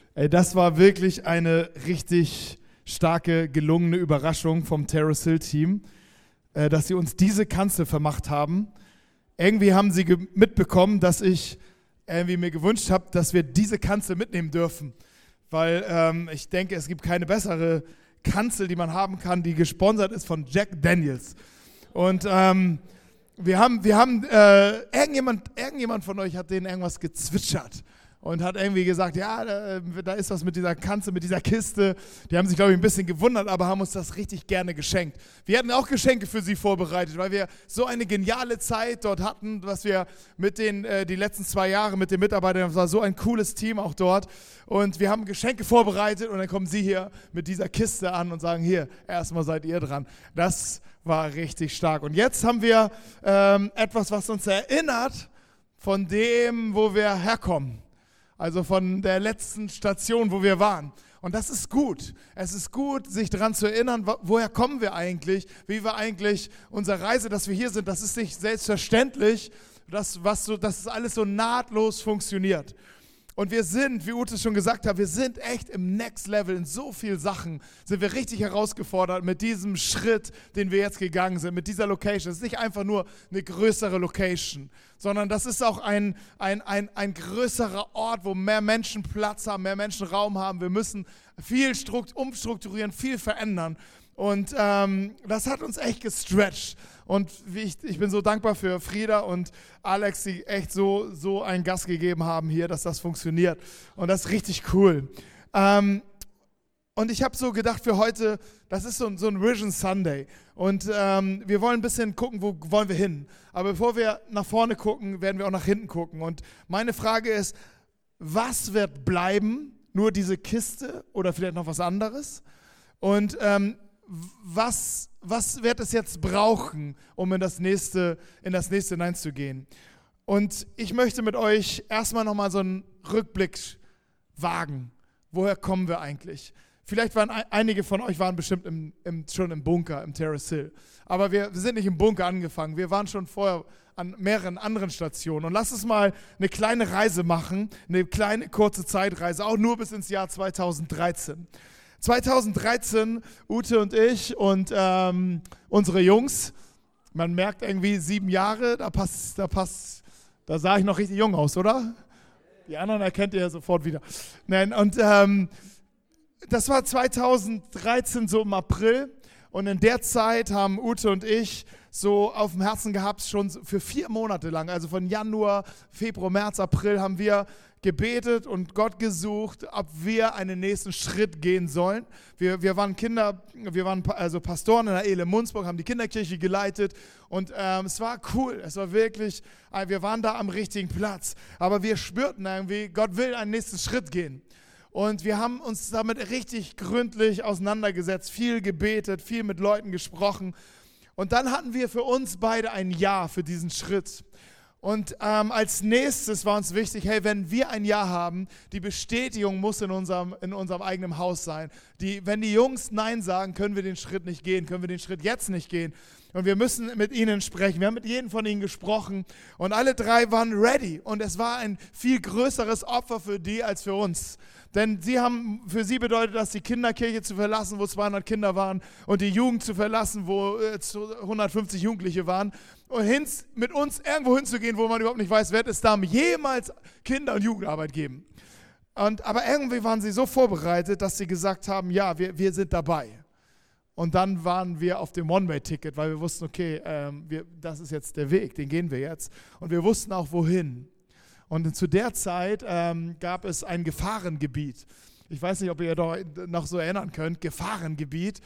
Ey, das war wirklich eine richtig starke, gelungene Überraschung vom Terrace Hill Team, dass sie uns diese Kanzel vermacht haben. Irgendwie haben sie mitbekommen, dass ich irgendwie mir gewünscht habe, dass wir diese Kanzel mitnehmen dürfen. Weil ich denke, es gibt keine bessere Kanzel, die man haben kann, die gesponsert ist von Jack Daniels. Und irgendjemand von euch hat denen irgendwas gezwitschert und hat irgendwie gesagt, ja, da ist was mit dieser Kanzel, mit dieser Kiste. Die haben sich, glaube ich, ein bisschen gewundert, aber haben uns das richtig gerne geschenkt. Wir hatten auch Geschenke für sie vorbereitet, weil wir so eine geniale Zeit dort hatten, was wir mit die letzten 2 Jahre mit den Mitarbeitern, das war so ein cooles Team auch dort. Und wir haben Geschenke vorbereitet und dann kommen sie hier mit dieser Kiste an und sagen, hier, erstmal seid ihr dran. Das war richtig stark. Und jetzt haben wir etwas, was uns erinnert von dem, wo wir herkommen. Also von der letzten Station, wo wir waren. Und das ist gut. Es ist gut, sich daran zu erinnern, woher kommen wir eigentlich, wie war eigentlich unsere Reise, dass wir hier sind. Das ist nicht selbstverständlich, dass es alles so nahtlos funktioniert. Und wir sind, wie Ute schon gesagt hat, wir sind echt im Next Level. In so vielen Sachen sind wir richtig herausgefordert mit diesem Schritt, den wir jetzt gegangen sind, mit dieser Location. Es ist nicht einfach nur eine größere Location, sondern das ist auch ein größerer Ort, wo mehr Menschen Platz haben, mehr Menschen Raum haben. Wir müssen viel umstrukturieren, viel verändern. Und das hat uns echt gestretcht. Und ich bin so dankbar für Frieda und Alex, die echt so einen Gas gegeben haben hier, dass das funktioniert. Und das ist richtig cool. Und ich habe so gedacht für heute, das ist so ein Vision Sunday. Und wir wollen ein bisschen gucken, wo wollen wir hin. Aber bevor wir nach vorne gucken, werden wir auch nach hinten gucken. Und meine Frage ist, was wird bleiben? Nur diese Kiste oder vielleicht noch was anderes? Und was wird es jetzt brauchen, um in das nächste hineinzugehen? Und ich möchte mit euch erstmal nochmal so einen Rückblick wagen. Woher kommen wir eigentlich? Vielleicht waren einige von euch bestimmt schon im Bunker, im Terrace Hill. Aber wir sind nicht im Bunker angefangen. Wir waren schon vorher an mehreren anderen Stationen. Und lasst uns mal eine kleine Reise machen, eine kleine, kurze Zeitreise, auch nur bis ins Jahr 2013. 2013, Ute und ich und unsere Jungs, man merkt irgendwie 7 Jahre, da sah ich noch richtig jung aus, oder? Die anderen erkennt ihr ja sofort wieder. Nein, und das war 2013 so im April und in der Zeit haben Ute und ich so auf dem Herzen gehabt, schon für 4 Monate lang, also von Januar, Februar, März, April haben wir gebetet und Gott gesucht, ob wir einen nächsten Schritt gehen sollen. Wir waren Pastoren in der Ehle Munzburg, haben die Kinderkirche geleitet und es war cool, es war wirklich, wir waren da am richtigen Platz, aber wir spürten irgendwie, Gott will einen nächsten Schritt gehen. Und wir haben uns damit richtig gründlich auseinandergesetzt, viel gebetet, viel mit Leuten gesprochen und dann hatten wir für uns beide ein Ja für diesen Schritt. Und als nächstes war uns wichtig, hey, wenn wir ein Ja haben, die Bestätigung muss in unserem eigenen Haus sein. Wenn die Jungs Nein sagen, können wir den Schritt nicht gehen, können wir den Schritt jetzt nicht gehen. Und wir müssen mit ihnen sprechen. Wir haben mit jedem von ihnen gesprochen und alle 3 waren ready. Und es war ein viel größeres Opfer für die als für uns. Denn für sie bedeutet das, die Kinderkirche zu verlassen, wo 200 Kinder waren und die Jugend zu verlassen, wo 150 Jugendliche waren und mit uns irgendwo hinzugehen, wo man überhaupt nicht weiß, wird es da jemals Kinder- und Jugendarbeit geben. Aber irgendwie waren sie so vorbereitet, dass sie gesagt haben, ja, wir sind dabei. Und dann waren wir auf dem One-Way-Ticket, weil wir wussten, okay, das ist jetzt der Weg, den gehen wir jetzt. Und wir wussten auch, wohin. Und zu der Zeit gab es ein Gefahrengebiet. Ich weiß nicht, ob ihr noch so erinnern könnt, Gefahrengebiet.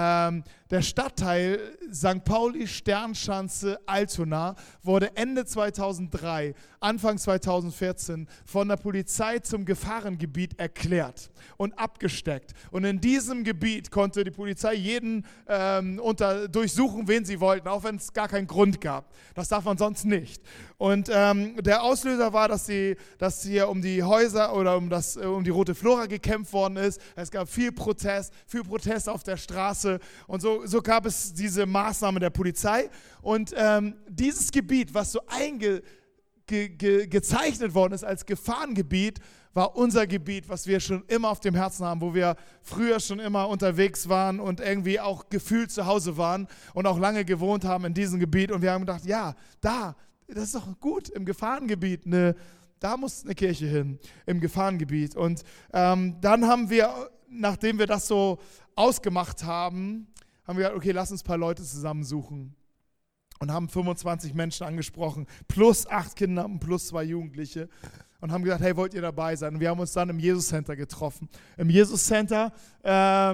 Der Stadtteil St. Pauli, Sternschanze, Altona wurde Ende 2003, Anfang 2014 von der Polizei zum Gefahrengebiet erklärt und abgesteckt. Und in diesem Gebiet konnte die Polizei jeden durchsuchen, wen sie wollten, auch wenn es gar keinen Grund gab. Das darf man sonst nicht. Und der Auslöser war, dass hier um die Häuser oder um die Rote Flora gekämpft worden ist. Es gab viel Protest auf der Straße. Und so gab es diese Maßnahme der Polizei. Und dieses Gebiet, was so gezeichnet worden ist als Gefahrengebiet, war unser Gebiet, was wir schon immer auf dem Herzen haben, wo wir früher schon immer unterwegs waren und irgendwie auch gefühlt zu Hause waren und auch lange gewohnt haben in diesem Gebiet. Und wir haben gedacht, ja, das ist doch gut, im Gefahrengebiet, da muss eine Kirche hin, im Gefahrengebiet. Und dann haben wir, nachdem wir das so ausgemacht haben, wir gesagt, okay, lass uns ein paar Leute zusammensuchen. Und haben 25 Menschen angesprochen, plus 8 Kinder und plus 2 Jugendliche. Und haben gesagt, hey, wollt ihr dabei sein? Und wir haben uns dann im Jesus Center getroffen. Im Jesus Center, da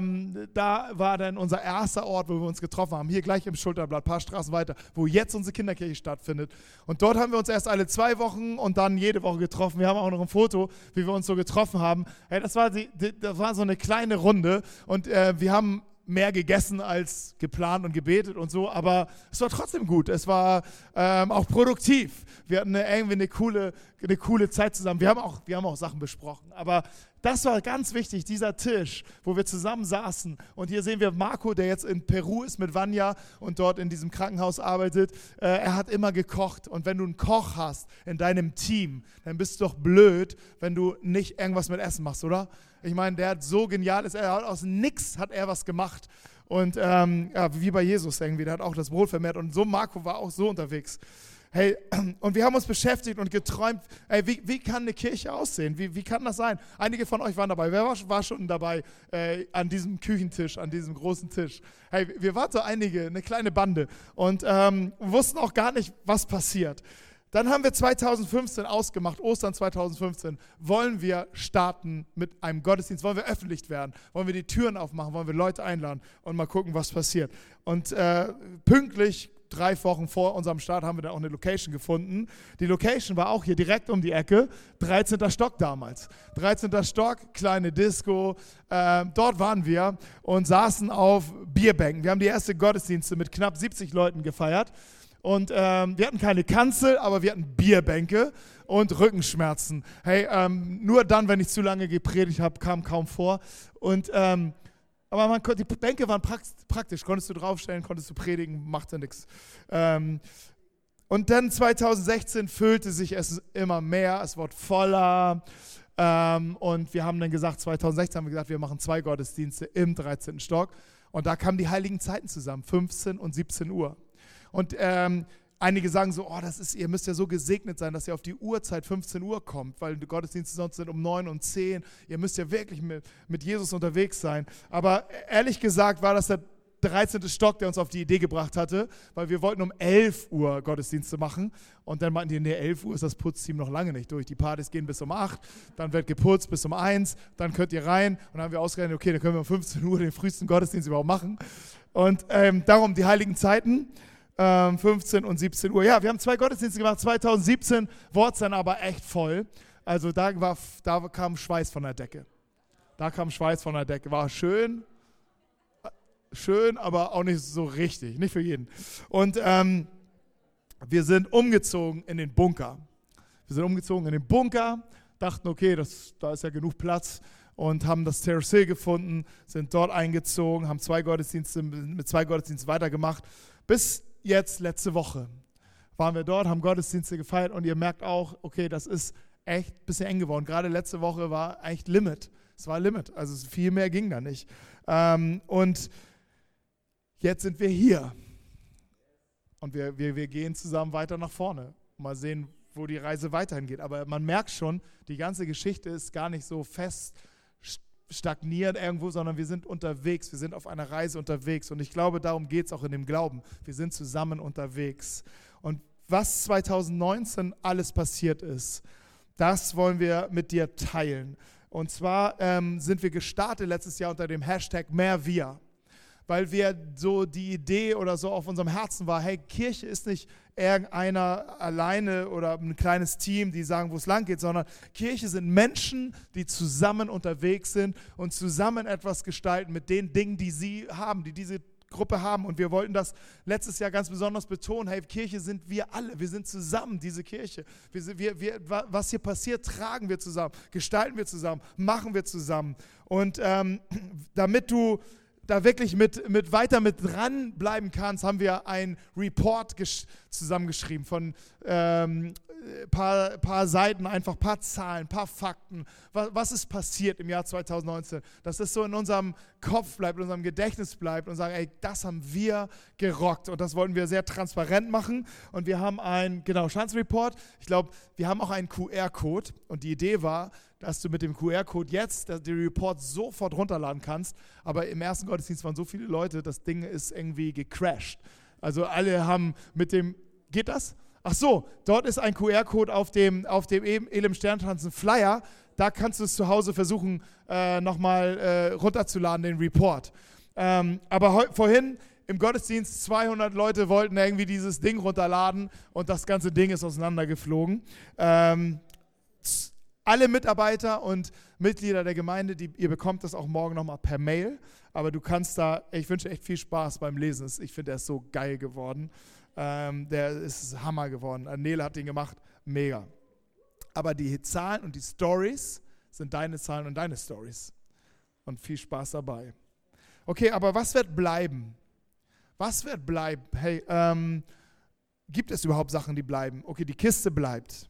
war dann unser erster Ort, wo wir uns getroffen haben. Hier gleich im Schulterblatt, ein paar Straßen weiter, wo jetzt unsere Kinderkirche stattfindet. Und dort haben wir uns erst alle 2 Wochen und dann jede Woche getroffen. Wir haben auch noch ein Foto, wie wir uns so getroffen haben. Hey, das war so eine kleine Runde. Und wir haben mehr gegessen als geplant und gebetet und so, aber es war trotzdem gut. Es war auch produktiv. Wir hatten irgendwie eine coole Zeit zusammen. Wir haben auch Sachen besprochen, aber das war ganz wichtig, dieser Tisch, wo wir zusammen saßen. Und hier sehen wir Marco, der jetzt in Peru ist mit Vanya und dort in diesem Krankenhaus arbeitet. Er hat immer gekocht. Und wenn du einen Koch hast in deinem Team, dann bist du doch blöd, wenn du nicht irgendwas mit Essen machst, oder? Ich meine, der hat so genial, aus nix hat er was gemacht. Und wie bei Jesus irgendwie, der hat auch das Brot vermehrt. Und so Marco war auch so unterwegs. Hey, und wir haben uns beschäftigt und geträumt, ey, wie kann eine Kirche aussehen? Wie kann das sein? Einige von euch waren dabei. Wer war schon dabei an diesem Küchentisch, an diesem großen Tisch? Hey, wir waren so eine kleine Bande und wussten auch gar nicht, was passiert. Dann haben wir 2015 ausgemacht, Ostern 2015, wollen wir starten mit einem Gottesdienst, wollen wir öffentlich werden, wollen wir die Türen aufmachen, wollen wir Leute einladen und mal gucken, was passiert. Und pünktlich 3 Wochen vor unserem Start haben wir dann auch eine Location gefunden. Die Location war auch hier direkt um die Ecke, 13. Stock damals. 13. Stock, kleine Disco, dort waren wir und saßen auf Bierbänken. Wir haben die erste Gottesdienste mit knapp 70 Leuten gefeiert. Und wir hatten keine Kanzel, aber wir hatten Bierbänke und Rückenschmerzen. Hey, nur dann, wenn ich zu lange gepredigt habe, kam kaum vor. Und, aber die Bänke waren praktisch. Konntest du draufstellen, konntest du predigen, machte nichts. Und dann 2016 füllte sich es immer mehr, es wurde voller. Und wir haben dann gesagt, 2016 haben wir gesagt, wir machen 2 Gottesdienste im 13. Stock. Und da kamen die heiligen Zeiten zusammen, 15 und 17 Uhr. Und einige sagen so, ihr müsst ja so gesegnet sein, dass ihr auf die Uhrzeit 15 Uhr kommt, weil die Gottesdienste sonst sind um 9 und 10. Ihr müsst ja wirklich mit Jesus unterwegs sein. Aber ehrlich gesagt war das der 13. Stock, der uns auf die Idee gebracht hatte, weil wir wollten um 11 Uhr Gottesdienste machen. Und dann meinten die, nee, 11 Uhr ist das Putzteam noch lange nicht durch. Die Partys gehen bis um 8, dann wird geputzt bis um 1, dann könnt ihr rein. Und dann haben wir ausgerechnet, okay, dann können wir um 15 Uhr den frühesten Gottesdienst überhaupt machen. Und darum die heiligen Zeiten. 15 und 17 Uhr. Ja, wir haben 2 Gottesdienste gemacht. 2017 wurde es dann aber echt voll. Also da kam Schweiß von der Decke. War schön, aber auch nicht so richtig. Nicht für jeden. Und wir sind umgezogen in den Bunker. Dachten, okay, da ist ja genug Platz. Und haben das Terrace Hill gefunden, sind dort eingezogen, haben 2 Gottesdienste, mit 2 Gottesdiensten weitergemacht. Bis jetzt letzte Woche waren wir dort, haben Gottesdienste gefeiert und ihr merkt auch, okay, das ist echt ein bisschen eng geworden. Gerade letzte Woche war echt Limit. Es war Limit, also viel mehr ging da nicht. Und jetzt sind wir hier und wir gehen zusammen weiter nach vorne. Mal sehen, wo die Reise weiterhin geht. Aber man merkt schon, die ganze Geschichte ist gar nicht so fest stagniert irgendwo, sondern wir sind unterwegs, wir sind auf einer Reise unterwegs und ich glaube, darum geht es auch in dem Glauben. Wir sind zusammen unterwegs. Und was 2019 alles passiert ist, das wollen wir mit dir teilen. Und zwar sind wir gestartet letztes Jahr unter dem Hashtag #MehrWir, weil wir so die Idee oder so auf unserem Herzen war, hey, Kirche ist nicht irgendeiner alleine oder ein kleines Team, die sagen, wo es lang geht, sondern Kirche sind Menschen, die zusammen unterwegs sind und zusammen etwas gestalten mit den Dingen, die sie haben, die diese Gruppe haben. Und wir wollten das letztes Jahr ganz besonders betonen, hey, Kirche sind wir alle, wir sind zusammen, diese Kirche. Was hier passiert, tragen wir zusammen, gestalten wir zusammen, machen wir zusammen. Und damit du da wirklich weiter mit dranbleiben kannst, haben wir einen Report zusammengeschrieben von paar Seiten, einfach ein paar Zahlen, ein paar Fakten. Was ist passiert im Jahr 2019? Dass das so in unserem Kopf bleibt, in unserem Gedächtnis bleibt und sagen, ey, das haben wir gerockt. Und das wollten wir sehr transparent machen. Und wir haben einen, Schanzenreport. Ich glaube, wir haben auch einen QR-Code. Und die Idee war, dass du mit dem QR-Code jetzt die Report sofort runterladen kannst. Aber im ersten Gottesdienst waren so viele Leute, das Ding ist irgendwie gecrashed. Also alle haben geht das? Ach so, dort ist ein QR-Code auf dem Elem Sternschanzen Flyer. Da kannst du es zu Hause versuchen, nochmal runterzuladen, den Report. Aber vorhin im Gottesdienst 200 Leute wollten irgendwie dieses Ding runterladen und das ganze Ding ist auseinandergeflogen. Alle Mitarbeiter und Mitglieder der Gemeinde, ihr bekommt das auch morgen nochmal per Mail. Aber du kannst ich wünsche echt viel Spaß beim Lesen. Ich finde, der ist so geil geworden. Der ist Hammer geworden. Nele hat den gemacht, mega. Aber die Zahlen und die Stories sind deine Zahlen und deine Stories. Und viel Spaß dabei. Okay, aber was wird bleiben? Was wird bleiben? Hey, gibt es überhaupt Sachen, die bleiben? Okay, die Kiste bleibt.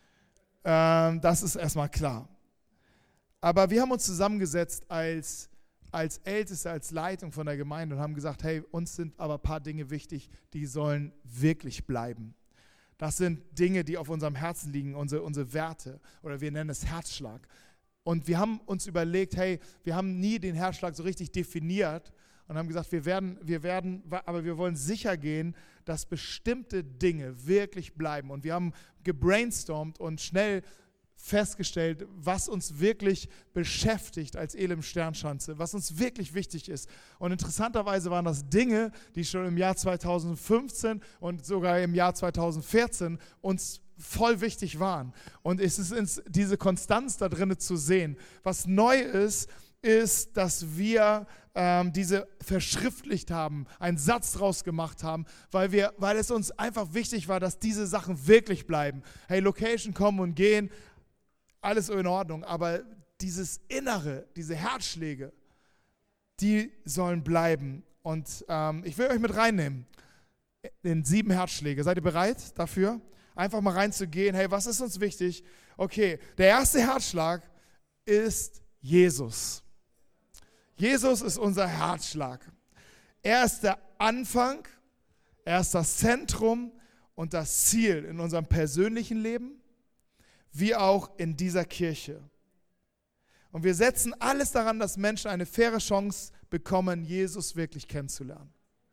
Das ist erstmal klar. Aber wir haben uns zusammengesetzt als Älteste, als Leitung von der Gemeinde und haben gesagt, hey, uns sind aber ein paar Dinge wichtig, die sollen wirklich bleiben. Das sind Dinge, die auf unserem Herzen liegen, unsere Werte oder wir nennen es Herzschlag. Und wir haben uns überlegt, hey, wir haben nie den Herzschlag so richtig definiert und haben gesagt, aber wir wollen sicher gehen, dass bestimmte Dinge wirklich bleiben. Und wir haben gebrainstormt und schnell festgestellt, was uns wirklich beschäftigt als Elem Sternschanze, was uns wirklich wichtig ist. Und interessanterweise waren das Dinge, die schon im Jahr 2015 und sogar im Jahr 2014 uns voll wichtig waren. Und es ist diese Konstanz da drin zu sehen. Was neu ist, dass wir diese verschriftlicht haben, einen Satz draus gemacht haben, weil es uns einfach wichtig war, dass diese Sachen wirklich bleiben. Hey, Location kommen und gehen, alles in Ordnung, aber dieses Innere, diese Herzschläge, die sollen bleiben. Und ich will euch mit reinnehmen in 7 Herzschläge. Seid ihr bereit dafür? Einfach mal reinzugehen. Hey, was ist uns wichtig? Okay, der erste Herzschlag ist Jesus. Jesus ist unser Herzschlag. Er ist der Anfang, er ist das Zentrum und das Ziel in unserem persönlichen Leben, wie auch in dieser Kirche. Und wir setzen alles daran, dass Menschen eine faire Chance bekommen, Jesus wirklich kennenzulernen.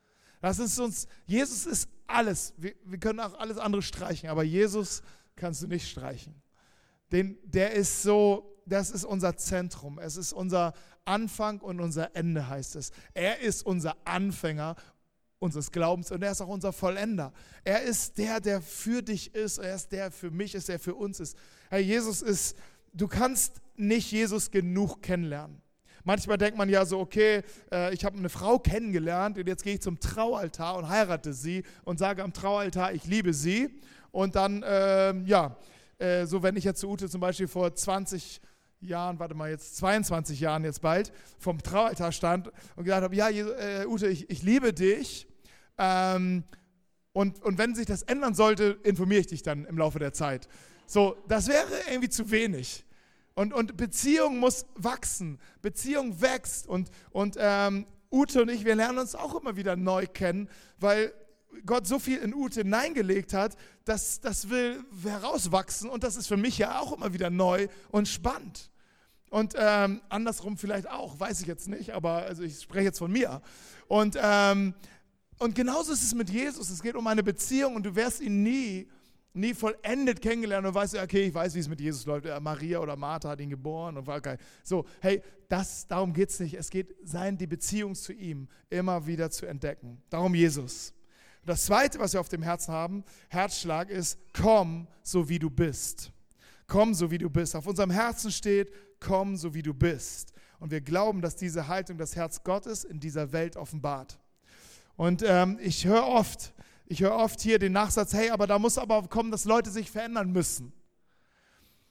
Jesus ist alles. Wir können auch alles andere streichen, aber Jesus kannst du nicht streichen. Das ist unser Zentrum. Es ist unser Anfang und unser Ende, heißt es. Er ist unser Anfänger unseres Glaubens und er ist auch unser Vollender. Er ist der für dich ist, er ist der für mich ist, der für uns ist. Herr, du kannst nicht Jesus genug kennenlernen. Manchmal denkt man ja so, okay, ich habe eine Frau kennengelernt und jetzt gehe ich zum Traualtar und heirate sie und sage am Traualtar, ich liebe sie. Und dann, so wenn ich jetzt zu Ute zum Beispiel vor 22 Jahren jetzt bald, vom Traualtar stand und gesagt habe, ja, Ute, ich liebe dich. Und wenn sich das ändern sollte, informiere ich dich dann im Laufe der Zeit. So, das wäre irgendwie zu wenig. Und Beziehung muss wachsen. Beziehung wächst. Und Ute und ich, wir lernen uns auch immer wieder neu kennen, weil Gott so viel in Ute hineingelegt hat, dass das will herauswachsen. Und das ist für mich ja auch immer wieder neu und spannend. Und andersrum vielleicht auch, weiß ich jetzt nicht, aber also ich spreche jetzt von mir. Und genauso ist es mit Jesus. Es geht um eine Beziehung und du wirst ihn nie vollendet kennengelernt und weißt, okay, ich weiß, wie es mit Jesus läuft. Maria oder Martha hat ihn geboren und war geil. So, hey, darum geht es nicht. Es geht die Beziehung zu ihm immer wieder zu entdecken. Darum Jesus. Das Zweite, was wir auf dem Herzen haben, Herzschlag, ist, komm, so wie du bist. Komm, so wie du bist. Auf unserem Herzen steht, komm, so wie du bist. Und wir glauben, dass diese Haltung das Herz Gottes in dieser Welt offenbart. Und ich höre oft hier den Nachsatz, hey, aber da muss aber kommen, dass Leute sich verändern müssen.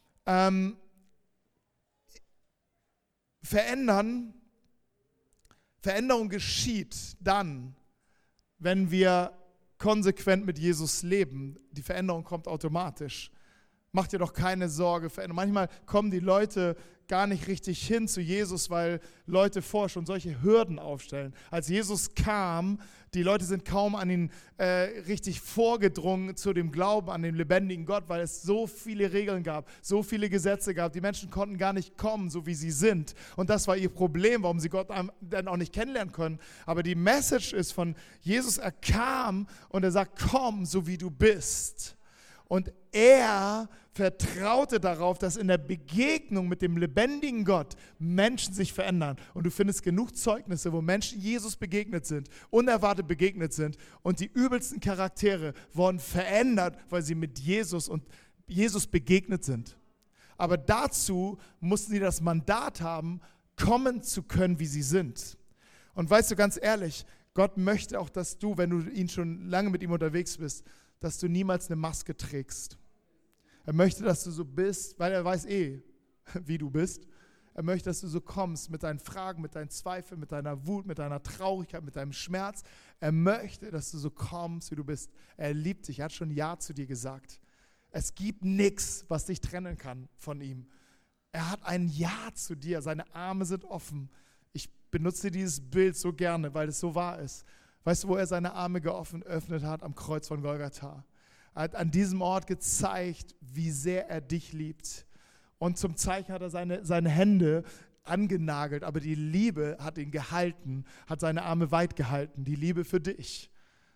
Verändern Veränderung geschieht dann, wenn wir konsequent mit Jesus leben. Die Veränderung kommt automatisch. Mach dir doch keine Sorge. Manchmal kommen die Leute gar nicht richtig hin zu Jesus, weil Leute vorher schon solche Hürden aufstellen. Als Jesus kam, die Leute sind kaum an ihn richtig vorgedrungen zu dem Glauben an den lebendigen Gott, weil es so viele Regeln gab, so viele Gesetze gab. Die Menschen konnten gar nicht kommen, so wie sie sind. Und das war ihr Problem, warum sie Gott dann auch nicht kennenlernen können. Aber die Message ist von Jesus, er kam und er sagt, komm, so wie du bist. Und er vertraute darauf, dass in der Begegnung mit dem lebendigen Gott Menschen sich verändern. Und du findest genug Zeugnisse, wo Menschen Jesus begegnet sind, unerwartet begegnet sind. Und die übelsten Charaktere wurden verändert, weil sie mit Jesus und Jesus begegnet sind. Aber dazu mussten sie das Mandat haben, kommen zu können, wie sie sind. Und weißt du, ganz ehrlich, Gott möchte auch, dass du, wenn du schon lange mit ihm unterwegs bist, dass du niemals eine Maske trägst. Er möchte, dass du so bist, weil er weiß wie du bist. Er möchte, dass du so kommst mit deinen Fragen, mit deinen Zweifeln, mit deiner Wut, mit deiner Traurigkeit, mit deinem Schmerz. Er möchte, dass du so kommst, wie du bist. Er liebt dich, er hat schon Ja zu dir gesagt. Es gibt nichts, was dich trennen kann von ihm. Er hat ein Ja zu dir, seine Arme sind offen. Ich benutze dieses Bild so gerne, weil es so wahr ist. Weißt du, wo er seine Arme geöffnet hat? Am Kreuz von Golgatha. Er hat an diesem Ort gezeigt, wie sehr er dich liebt. Und zum Zeichen hat er seine Hände angenagelt, aber die Liebe hat ihn gehalten, hat seine Arme weit gehalten, die Liebe für dich.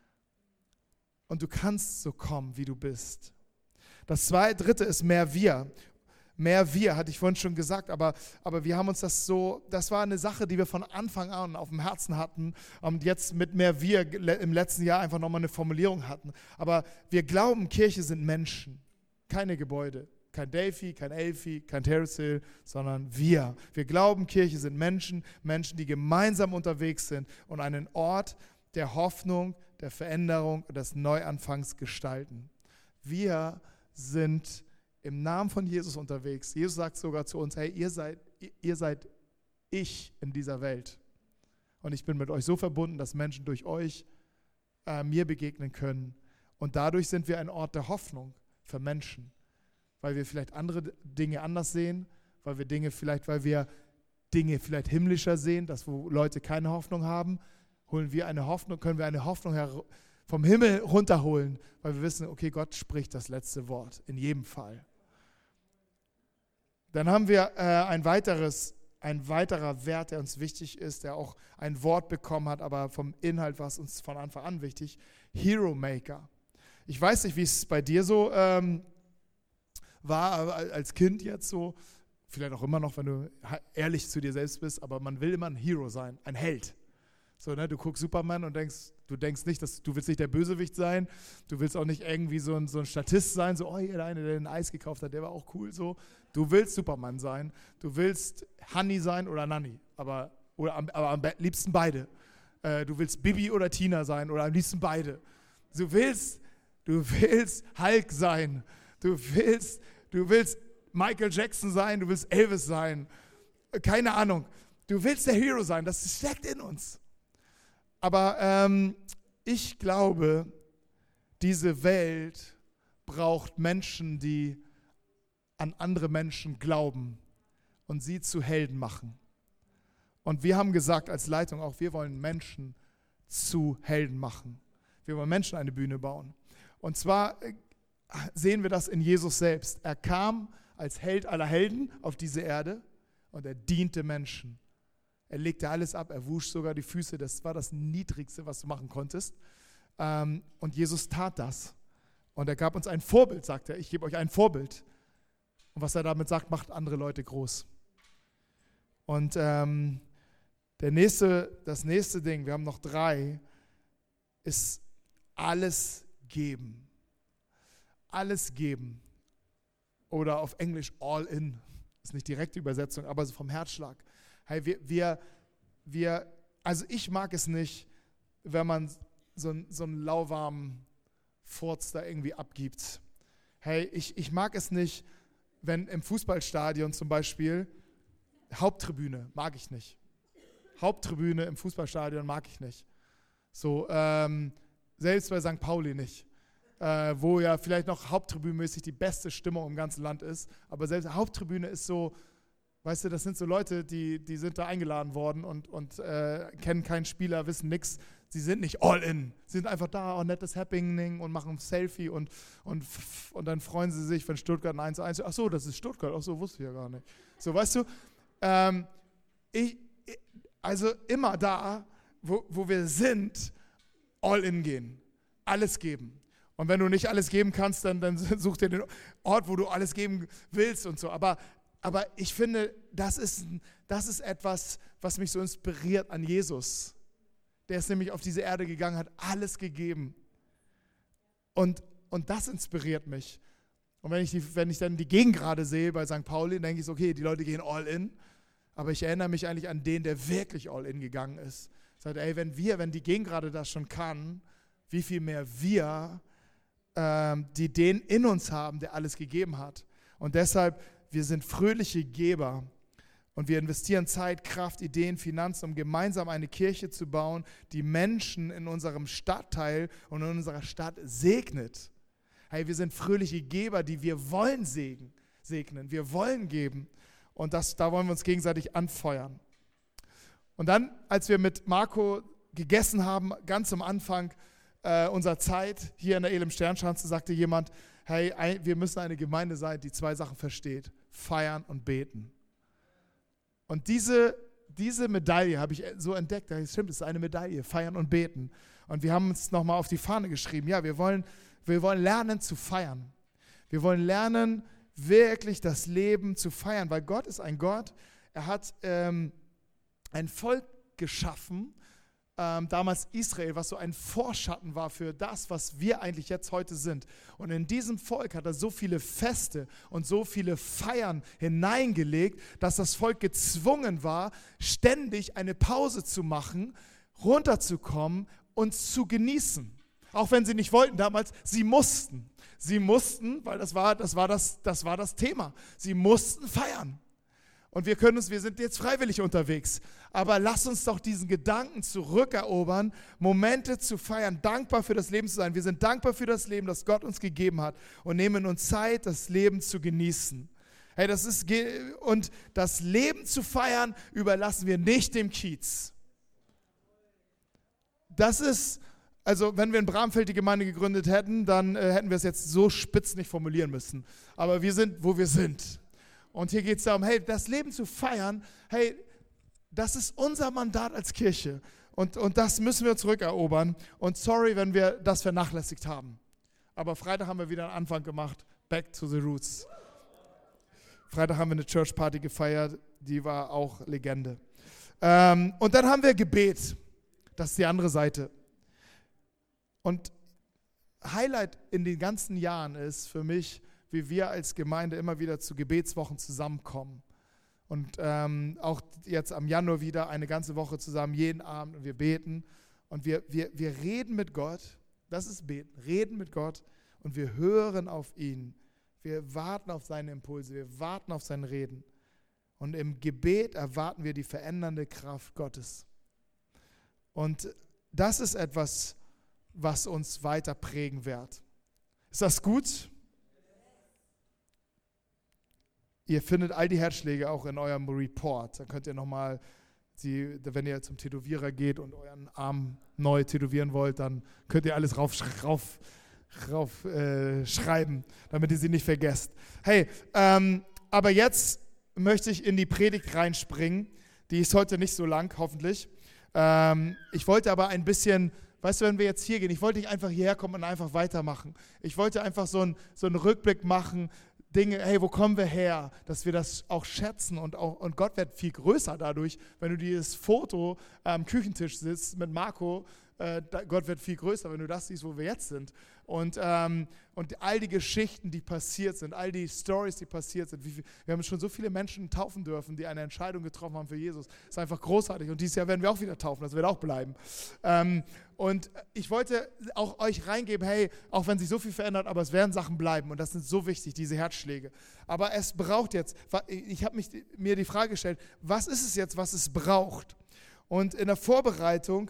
Und du kannst so kommen, wie du bist. Das dritte ist mehr wir. Mehr wir, hatte ich vorhin schon gesagt, aber wir haben uns das war eine Sache, die wir von Anfang an auf dem Herzen hatten und jetzt mit mehr wir im letzten Jahr einfach nochmal eine Formulierung hatten. Aber wir glauben, Kirche sind Menschen, keine Gebäude. Kein Delphi, kein Elfi, kein Terrace Hill, sondern wir. Wir glauben, Kirche sind Menschen, die gemeinsam unterwegs sind und einen Ort der Hoffnung, der Veränderung und des Neuanfangs gestalten. Wir sind im Namen von Jesus unterwegs. Jesus sagt sogar zu uns, hey, ihr seid ich in dieser Welt. Und ich bin mit euch so verbunden, dass Menschen durch euch mir begegnen können. Und dadurch sind wir ein Ort der Hoffnung für Menschen. Weil wir vielleicht andere Dinge anders sehen, weil wir Dinge vielleicht himmlischer sehen, dass wo Leute keine Hoffnung haben, können wir eine Hoffnung vom Himmel runterholen, weil wir wissen, okay, Gott spricht das letzte Wort, in jedem Fall. Dann haben wir ein weiterer Wert, der uns wichtig ist, der auch ein Wort bekommen hat, aber vom Inhalt war es uns von Anfang an wichtig, Hero Maker. Ich weiß nicht, wie es bei dir so war, als Kind jetzt so, vielleicht auch immer noch, wenn du ehrlich zu dir selbst bist, aber man will immer ein Hero sein, ein Held. So, ne, du guckst Superman und du denkst nicht, du willst nicht der Bösewicht sein, du willst auch nicht irgendwie so ein Statist sein, so, oh, hier der eine, der ein Eis gekauft hat, der war auch cool, so. Du willst Superman sein, du willst Honey sein oder Nanny, aber am liebsten beide. Du willst Bibi oder Tina sein oder am liebsten beide. Du willst Hulk sein, du willst Michael Jackson sein, du willst Elvis sein, keine Ahnung. Du willst der Hero sein, das steckt in uns. Aber ich glaube, diese Welt braucht Menschen, die an andere Menschen glauben und sie zu Helden machen. Und wir haben gesagt als Leitung auch, wir wollen Menschen zu Helden machen. Wir wollen Menschen eine Bühne bauen. Und zwar sehen wir das in Jesus selbst. Er kam als Held aller Helden auf diese Erde und er diente Menschen. Er legte alles ab, er wusch sogar die Füße. Das war das Niedrigste, was du machen konntest. Und Jesus tat das. Und er gab uns ein Vorbild, sagt er. Ich gebe euch ein Vorbild. Und was er damit sagt, macht andere Leute groß. Und das nächste Ding, wir haben noch 3, ist alles geben. Alles geben. Oder auf Englisch all in. Das ist nicht direkte Übersetzung, aber so vom Herzschlag. Hey, also ich mag es nicht, wenn man so einen lauwarmen Furz da irgendwie abgibt. Hey, ich mag es nicht, wenn im Fußballstadion zum Beispiel Haupttribüne, mag ich nicht. Haupttribüne im Fußballstadion mag ich nicht. So, selbst bei St. Pauli nicht. Wo ja vielleicht noch haupttribünenmäßig die beste Stimmung im ganzen Land ist. Aber selbst Haupttribüne ist so, weißt du, das sind so Leute, die sind da eingeladen worden und kennen keinen Spieler, wissen nichts. Sie sind nicht all in. Sie sind einfach da, nettes Happening und machen ein Selfie und dann freuen sie sich, wenn Stuttgart ein 1-1. Ach so, das ist Stuttgart. Ach so, wusste ich ja gar nicht. So, weißt du, also immer da, wo wir sind, all in gehen. Alles geben. Und wenn du nicht alles geben kannst, dann such dir den Ort, wo du alles geben willst und so. Aber ich finde, das ist etwas, was mich so inspiriert an Jesus. Der ist nämlich auf diese Erde gegangen, hat alles gegeben. Und das inspiriert mich. Und wenn ich dann die Gegengrade sehe bei St. Pauli, denke ich so, okay, die Leute gehen all in. Aber ich erinnere mich eigentlich an den, der wirklich all in gegangen ist. Sagt, ey, wenn die Gegengrade das schon kann, wie viel mehr wir, die den in uns haben, der alles gegeben hat. Und deshalb, wir sind fröhliche Geber und wir investieren Zeit, Kraft, Ideen, Finanzen, um gemeinsam eine Kirche zu bauen, die Menschen in unserem Stadtteil und in unserer Stadt segnet. Hey, wir sind fröhliche Geber, die wir wollen segnen, wir wollen geben und da wollen wir uns gegenseitig anfeuern. Und dann, als wir mit Marco gegessen haben, ganz am Anfang unserer Zeit hier in der Elim Sternschanze, sagte jemand, hey, wir müssen eine Gemeinde sein, die 2 Sachen versteht, feiern und beten. Und diese Medaille habe ich so entdeckt, das stimmt, es ist eine Medaille, feiern und beten. Und wir haben uns nochmal auf die Fahne geschrieben, ja, wir wollen lernen zu feiern. Wir wollen lernen, wirklich das Leben zu feiern, weil Gott ist ein Gott, er hat ein Volk geschaffen, damals Israel, was so ein Vorschatten war für das, was wir eigentlich jetzt heute sind. Und in diesem Volk hat er so viele Feste und so viele Feiern hineingelegt, dass das Volk gezwungen war, ständig eine Pause zu machen, runterzukommen und zu genießen. Auch wenn sie nicht wollten damals, sie mussten. Sie mussten, weil das war das Thema. Sie mussten feiern. Und wir sind jetzt freiwillig unterwegs. Aber lass uns doch diesen Gedanken zurückerobern, Momente zu feiern, dankbar für das Leben zu sein. Wir sind dankbar für das Leben, das Gott uns gegeben hat und nehmen uns Zeit, das Leben zu genießen. Hey, und das Leben zu feiern, überlassen wir nicht dem Kiez. Das ist, also wenn wir in Bramfeld die Gemeinde gegründet hätten, dann hätten wir es jetzt so spitz nicht formulieren müssen. Aber wir sind, wo wir sind. Und hier geht es darum, hey, das Leben zu feiern, hey, das ist unser Mandat als Kirche. Und das müssen wir zurückerobern. Und sorry, wenn wir das vernachlässigt haben. Aber Freitag haben wir wieder einen Anfang gemacht. Back to the roots. Freitag haben wir eine Church Party gefeiert. Die war auch Legende. Und dann haben wir Gebet. Das ist die andere Seite. Und Highlight in den ganzen Jahren ist für mich, wie wir als Gemeinde immer wieder zu Gebetswochen zusammenkommen. Und auch jetzt am Januar wieder eine ganze Woche zusammen, jeden Abend, und wir beten. Und wir reden mit Gott, das ist Beten, reden mit Gott und wir hören auf ihn. Wir warten auf seine Impulse, wir warten auf sein Reden. Und im Gebet erwarten wir die verändernde Kraft Gottes. Und das ist etwas, was uns weiter prägen wird. Ist das gut? Ihr findet all die Herzschläge auch in eurem Report. Dann könnt ihr nochmal, wenn ihr zum Tätowierer geht und euren Arm neu tätowieren wollt, dann könnt ihr alles schreiben, damit ihr sie nicht vergesst. Hey, aber jetzt möchte ich in die Predigt reinspringen. Die ist heute nicht so lang, hoffentlich. Ich wollte aber ein bisschen, weißt du, wenn wir jetzt hier gehen, ich wollte nicht einfach hierher kommen und einfach weitermachen. Ich wollte einfach so einen Rückblick machen, Dinge, hey, wo kommen wir her, dass wir das auch schätzen und Gott wird viel größer dadurch, wenn du dieses Foto am Küchentisch sitzt mit Marco, Gott wird viel größer, wenn du das siehst, wo wir jetzt sind. Und all die Geschichten, die passiert sind, all die Stories, die passiert sind. Wir haben schon so viele Menschen taufen dürfen, die eine Entscheidung getroffen haben für Jesus. Das ist einfach großartig. Und dieses Jahr werden wir auch wieder taufen, das wird auch bleiben. Und ich wollte auch euch reingeben, hey, auch wenn sich so viel verändert, aber es werden Sachen bleiben. Und das sind so wichtig, diese Herzschläge. Aber es braucht jetzt, ich habe mir die Frage gestellt, was ist es jetzt, was es braucht? Und in der Vorbereitung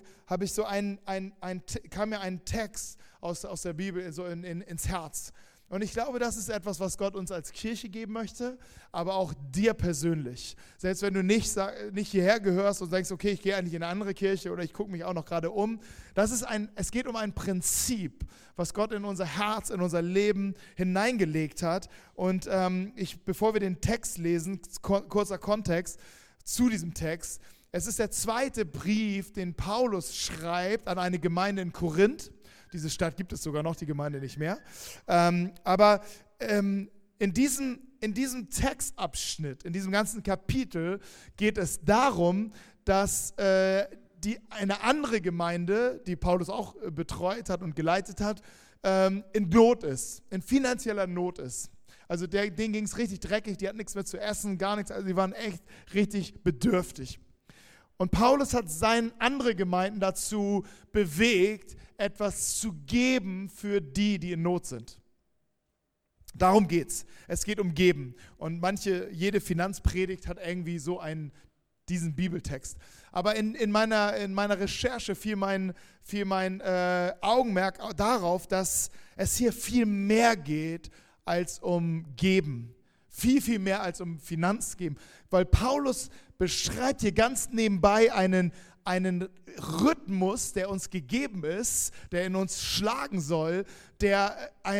kam mir ein Text aus der Bibel so ins Herz. Und ich glaube, das ist etwas, was Gott uns als Kirche geben möchte, aber auch dir persönlich. Selbst wenn du nicht hierher gehörst und denkst, okay, ich gehe eigentlich in eine andere Kirche oder ich gucke mich auch noch gerade um. Es geht um ein Prinzip, was Gott in unser Herz, in unser Leben hineingelegt hat. Und bevor wir den Text lesen, kurzer Kontext zu diesem Text. Es ist der zweite Brief, den Paulus schreibt an eine Gemeinde in Korinth. Diese Stadt gibt es sogar noch, die Gemeinde nicht mehr. Aber in diesem Textabschnitt, in diesem ganzen Kapitel geht es darum, dass eine andere Gemeinde, die Paulus auch betreut hat und geleitet hat, in Not ist, in finanzieller Not ist. Also denen ging es richtig dreckig, die hatten nichts mehr zu essen, gar nichts, also die waren echt richtig bedürftig. Und Paulus hat andere Gemeinden dazu bewegt, etwas zu geben für die in Not sind. Darum geht's. Es geht um Geben. Und jede Finanzpredigt hat irgendwie so diesen Bibeltext. Aber in meiner Recherche fiel mein Augenmerk darauf, dass es hier viel mehr geht als um Geben. Viel, viel mehr als um Finanzgeben. Weil Paulus beschreibt hier ganz nebenbei einen Rhythmus, der uns gegeben ist, der in uns schlagen soll, der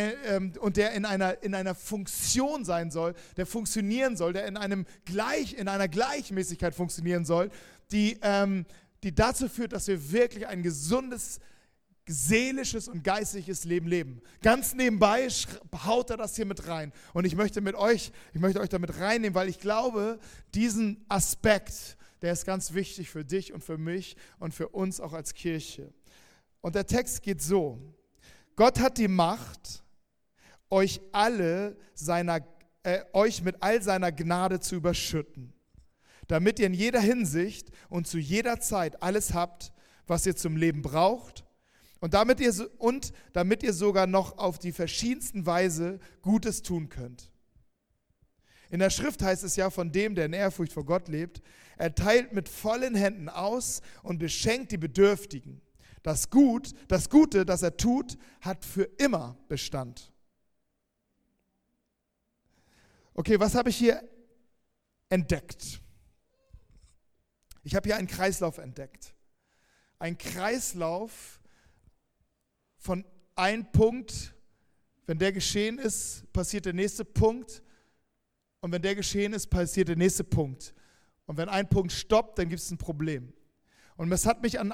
in einer Funktion sein soll, der funktionieren soll, der in einer Gleichmäßigkeit funktionieren soll, die dazu führt, dass wir wirklich ein gesundes, seelisches und geistliches Leben leben. Ganz nebenbei haut er das hier mit rein. Und ich möchte euch damit reinnehmen, weil ich glaube, diesen Aspekt, der ist ganz wichtig für dich und für mich und für uns auch als Kirche. Und der Text geht so: Gott hat die Macht, euch mit all seiner Gnade zu überschütten, damit ihr in jeder Hinsicht und zu jeder Zeit alles habt, was ihr zum Leben braucht, und damit ihr sogar noch auf die verschiedensten Weise Gutes tun könnt. In der Schrift heißt es ja von dem, der in Ehrfurcht vor Gott lebt: Er teilt mit vollen Händen aus und beschenkt die Bedürftigen. Das Gute, das er tut, hat für immer Bestand. Okay, was habe ich hier entdeckt? Ich habe hier einen Kreislauf entdeckt. Ein Kreislauf von einem Punkt, wenn der geschehen ist, passiert der nächste Punkt. Und wenn der geschehen ist, passiert der nächste Punkt. Und wenn ein Punkt stoppt, dann gibt es ein Problem. Und das hat mich an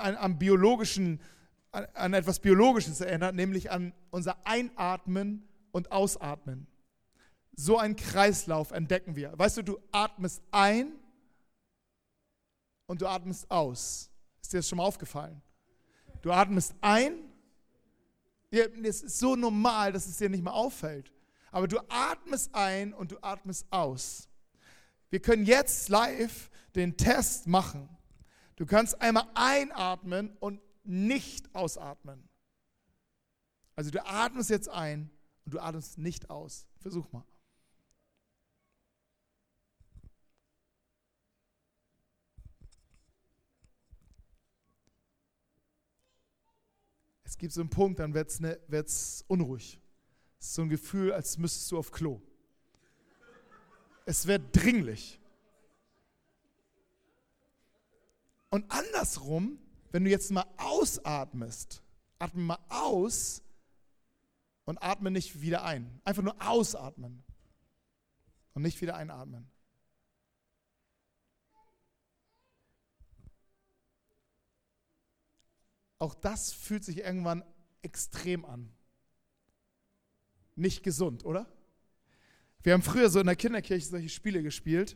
etwas Biologisches erinnert, nämlich an unser Einatmen und Ausatmen. So einen Kreislauf entdecken wir. Weißt du atmest ein und du atmest aus. Ist dir das schon mal aufgefallen? Du atmest ein. Ja, es ist so normal, dass es dir nicht mehr auffällt. Aber du atmest ein und du atmest aus. Wir können jetzt live den Test machen. Du kannst einmal einatmen und nicht ausatmen. Also du atmest jetzt ein und du atmest nicht aus. Versuch mal. Es gibt so einen Punkt, dann wird's unruhig. Es ist so ein Gefühl, als müsstest du auf Klo. Es wird dringlich. Und andersrum, wenn du jetzt mal ausatmest, atme mal aus und atme nicht wieder ein. Einfach nur ausatmen und nicht wieder einatmen. Auch das fühlt sich irgendwann extrem an. Nicht gesund, oder? Wir haben früher so in der Kinderkirche solche Spiele gespielt.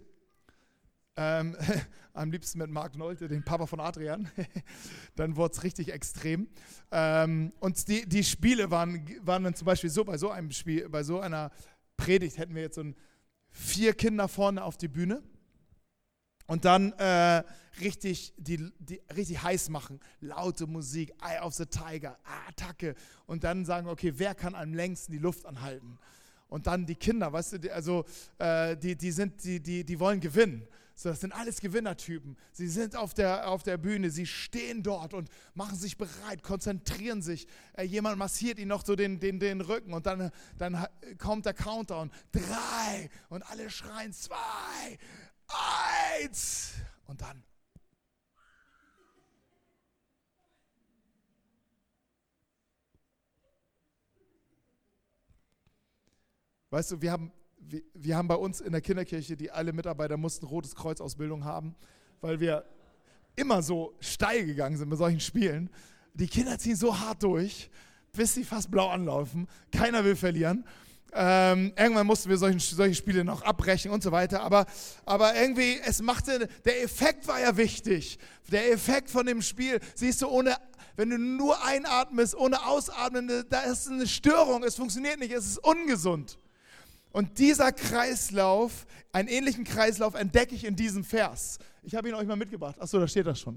Am liebsten mit Marc Nolte, dem Papa von Adrian. Dann wurde es richtig extrem. Und die Spiele waren dann zum Beispiel so, bei so einem Spiel, bei so einer Predigt hätten wir jetzt so 4 Kinder vorne auf die Bühne. Und dann richtig heiß machen, laute Musik, Eye of the Tiger, Attacke. Und dann sagen, okay, wer kann am längsten die Luft anhalten? Und dann die Kinder, weißt du, die wollen gewinnen. So, das sind alles Gewinnertypen. Sie sind auf der Bühne, sie stehen dort und machen sich bereit, konzentrieren sich. Jemand massiert ihnen noch so den Rücken und dann kommt der Countdown. 3 und alle schreien 2, 1 und dann. Weißt du, wir haben bei uns in der Kinderkirche, alle Mitarbeiter mussten Rotes Kreuz Ausbildung haben, weil wir immer so steil gegangen sind mit solchen Spielen. Die Kinder ziehen so hart durch, bis sie fast blau anlaufen. Keiner will verlieren. Irgendwann mussten wir solche Spiele noch abbrechen und so weiter. Aber irgendwie, der Effekt war ja wichtig. Der Effekt von dem Spiel, siehst du, wenn du nur einatmest, ohne ausatmen, da ist eine Störung, es funktioniert nicht, es ist ungesund. Und dieser Kreislauf, einen ähnlichen Kreislauf entdecke ich in diesem Vers. Ich habe ihn euch mal mitgebracht. Achso, da steht das schon.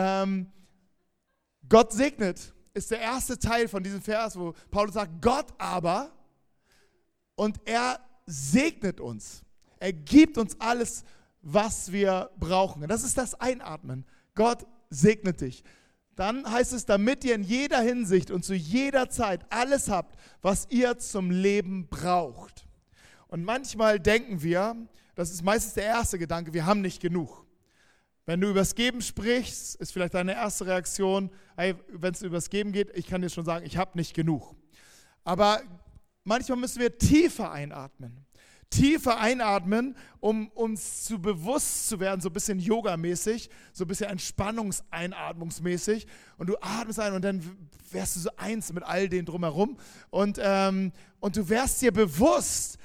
Gott segnet ist der erste Teil von diesem Vers, wo Paulus sagt, Gott aber, und er segnet uns. Er gibt uns alles, was wir brauchen. Und das ist das Einatmen. Gott segnet dich. Dann heißt es, damit ihr in jeder Hinsicht und zu jeder Zeit alles habt, was ihr zum Leben braucht. Und manchmal denken wir, das ist meistens der erste Gedanke, wir haben nicht genug. Wenn du übers Geben sprichst, ist vielleicht deine erste Reaktion, hey, wenn es übers Geben geht, ich kann dir schon sagen, ich habe nicht genug. Aber manchmal müssen wir tiefer einatmen. Tiefer einatmen, um uns zu bewusst zu werden, so ein bisschen yogamäßig, so ein bisschen entspannungseinatmungsmäßig. Und du atmest ein und dann wärst du so eins mit all dem drumherum. Und du wärst dir bewusst,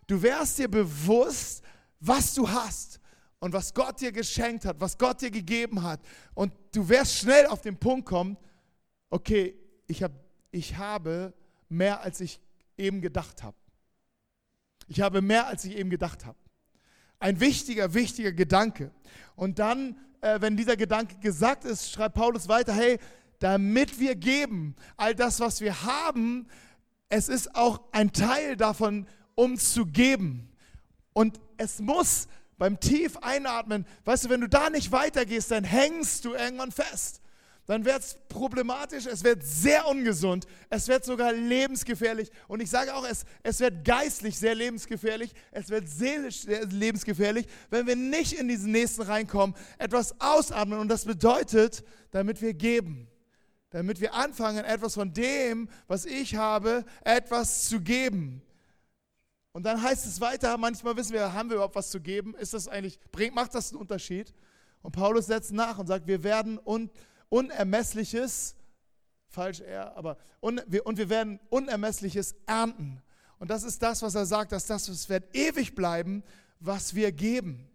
was du hast und was Gott dir geschenkt hat, was Gott dir gegeben hat. Und du wirst schnell auf den Punkt kommen, okay, ich habe mehr, als ich eben gedacht habe. Ich habe mehr, als ich eben gedacht habe. Ein wichtiger Gedanke. Und dann, wenn dieser Gedanke gesagt ist, schreibt Paulus weiter, hey, damit wir geben, all das, was wir haben, es ist auch ein Teil davon, um zu geben. Und es muss beim tief einatmen, weißt du, wenn du da nicht weitergehst, dann hängst du irgendwann fest. Dann wird es problematisch, es wird sehr ungesund, es wird sogar lebensgefährlich. Und ich sage auch, es wird geistlich sehr lebensgefährlich, es wird seelisch sehr lebensgefährlich, wenn wir nicht in diesen nächsten reinkommen, etwas ausatmen. Und das bedeutet, damit wir geben. Damit wir anfangen, etwas von dem, was ich habe, etwas zu geben. Und dann heißt es weiter, manchmal wissen wir, haben wir überhaupt was zu geben? Macht das einen Unterschied? Und Paulus setzt nach und sagt, wir werden Unermessliches, wir werden Unermessliches ernten. Und das ist das, was er sagt, dass das wird ewig bleiben, was wir geben.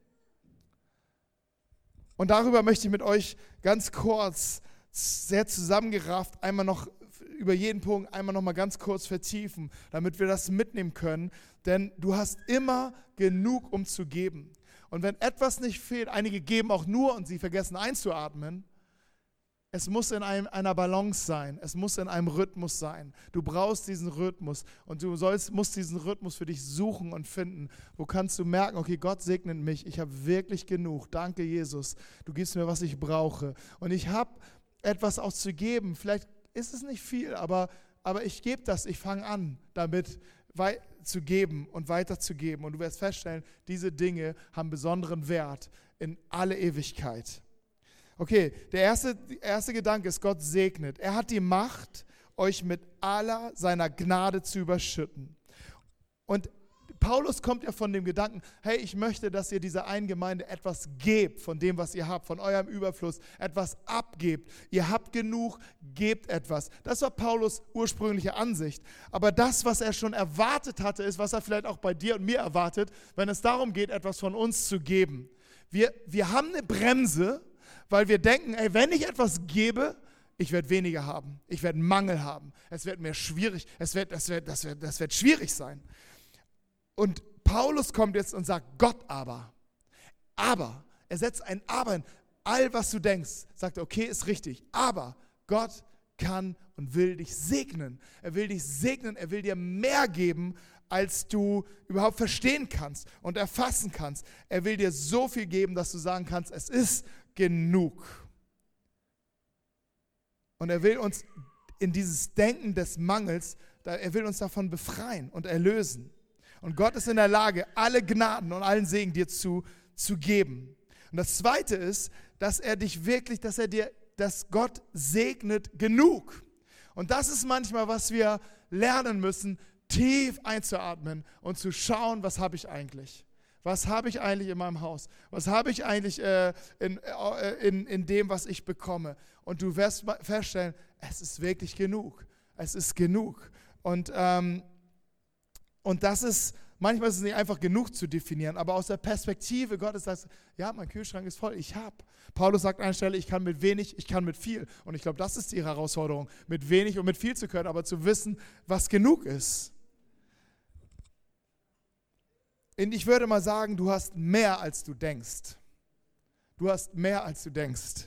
Und darüber möchte ich mit euch ganz kurz, sehr zusammengerafft, über jeden Punkt einmal noch mal ganz kurz vertiefen, damit wir das mitnehmen können. Denn du hast immer genug, um zu geben. Und wenn etwas nicht fehlt, einige geben auch nur und sie vergessen einzuatmen, es muss in einer Balance sein, es muss in einem Rhythmus sein. Du brauchst diesen Rhythmus und du musst diesen Rhythmus für dich suchen und finden. Wo kannst du merken, okay, Gott segnet mich, ich habe wirklich genug. Danke, Jesus, du gibst mir, was ich brauche. Und ich habe etwas auch zu geben. Vielleicht ist es nicht viel, aber ich gebe das, ich fange an, damit zu geben und weiterzugeben. Und du wirst feststellen, diese Dinge haben besonderen Wert in alle Ewigkeit. Okay, der erste Gedanke ist, Gott segnet. Er hat die Macht, euch mit aller seiner Gnade zu überschütten. Und Paulus kommt ja von dem Gedanken, hey, ich möchte, dass ihr dieser einen Gemeinde etwas gebt von dem, was ihr habt, von eurem Überfluss, etwas abgebt. Ihr habt genug, gebt etwas. Das war Paulus' ursprüngliche Ansicht. Aber das, was er schon erwartet hatte, ist, was er vielleicht auch bei dir und mir erwartet, wenn es darum geht, etwas von uns zu geben. Wir haben eine Bremse, weil wir denken, ey, wenn ich etwas gebe, ich werde weniger haben, ich werde Mangel haben, es wird mir schwierig, das wird schwierig sein. Und Paulus kommt jetzt und sagt, Gott aber, er setzt ein Aber in all, was du denkst, sagt, okay, ist richtig, aber Gott kann und will dich segnen. Er will dich segnen, er will dir mehr geben, als du überhaupt verstehen kannst und erfassen kannst. Er will dir so viel geben, dass du sagen kannst, es ist genug. Und er will uns in dieses Denken des Mangels, er will uns davon befreien und erlösen. Und Gott ist in der Lage, alle Gnaden und allen Segen dir zu geben. Und das Zweite ist, dass Gott segnet genug. Und das ist manchmal, was wir lernen müssen, tief einzuatmen und zu schauen, was habe ich eigentlich? Was habe ich eigentlich in meinem Haus? Was habe ich eigentlich in dem, was ich bekomme? Und du wirst feststellen, es ist wirklich genug. Es ist genug. Und das ist, manchmal ist es nicht einfach genug zu definieren, aber aus der Perspektive Gottes sagst du, ja, mein Kühlschrank ist voll, ich habe. Paulus sagt an einer Stelle, ich kann mit wenig, ich kann mit viel. Und ich glaube, das ist die Herausforderung, mit wenig und mit viel zu können, aber zu wissen, was genug ist. Und ich würde mal sagen, du hast mehr, als du denkst. Du hast mehr, als du denkst.